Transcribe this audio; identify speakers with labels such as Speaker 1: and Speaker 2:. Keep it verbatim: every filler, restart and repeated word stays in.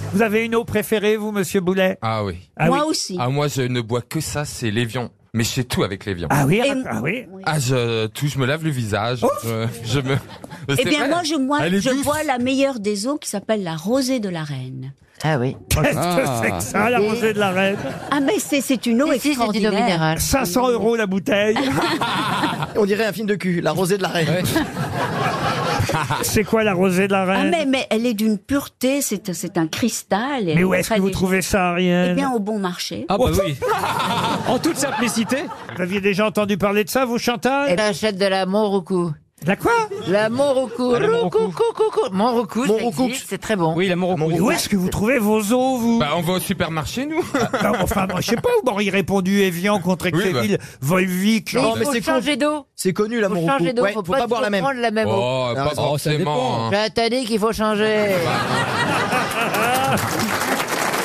Speaker 1: Vous avez une eau préférée, vous, Monsieur Boulet?
Speaker 2: Ah oui.
Speaker 1: Ah
Speaker 3: Moi
Speaker 1: oui.
Speaker 3: aussi.
Speaker 2: Ah moi je ne bois que ça, c'est l'évian. Mais je fais tout avec l'évian.
Speaker 1: Ah oui,
Speaker 3: Et-
Speaker 1: ah oui.
Speaker 2: Ah je tout, je me lave le visage, je, je me.
Speaker 3: Eh
Speaker 2: C'est
Speaker 3: bien,
Speaker 2: vrai.
Speaker 3: moi, je, moi,
Speaker 2: Elle est
Speaker 3: je
Speaker 2: douce.
Speaker 3: bois la meilleure des eaux qui s'appelle la rosée de la reine.
Speaker 4: Ah oui.
Speaker 1: Qu'est-ce que c'est que ça, la rosée de la reine?
Speaker 3: Ah, mais c'est, c'est une eau
Speaker 4: Si, si, c'est une eau
Speaker 3: extraordinaire.
Speaker 4: minérale.
Speaker 1: cinq cents euros la bouteille.
Speaker 5: On dirait un film de cul, La Rosée de la Reine.
Speaker 1: C'est quoi la rosée de la
Speaker 3: Ah,
Speaker 1: reine?
Speaker 3: mais, mais elle est d'une pureté, c'est, c'est un cristal.
Speaker 1: Mais où est-ce que vous trouvez ça, Ariel?
Speaker 3: Eh bien, au bon marché.
Speaker 6: Ah bah oui. En toute simplicité.
Speaker 1: Vous aviez déjà entendu parler de ça, vous, Chantal?
Speaker 4: Elle achète de la Monroucou.
Speaker 1: La quoi?
Speaker 4: La Monroucou.
Speaker 6: Ah, la Monroucou.
Speaker 4: Roucou, coucou. Monroucou, ça
Speaker 5: Monroucou.
Speaker 4: existe, c'est très bon.
Speaker 6: Oui, la Morocco.
Speaker 1: Et où est-ce que vous trouvez vos eaux, vous?
Speaker 2: Bah on va au supermarché nous.
Speaker 1: Non, enfin, moi, je sais pas, vous m'auriez répondu Evian contre
Speaker 2: Oui,
Speaker 1: Excéville, Volvic.
Speaker 4: Mais
Speaker 5: Non,
Speaker 4: il
Speaker 5: mais
Speaker 4: faut
Speaker 5: c'est con.
Speaker 4: changer d'eau.
Speaker 5: C'est connu, la
Speaker 4: Faut
Speaker 5: Morocco.
Speaker 4: changer d'eau,
Speaker 5: Ouais,
Speaker 4: faut,
Speaker 5: faut pas boire la même.
Speaker 4: prendre la même eau.
Speaker 2: Oh, pas
Speaker 5: ça
Speaker 2: forcément.
Speaker 6: dépend.
Speaker 2: hein.
Speaker 4: Je t'ai dit qu'il faut changer.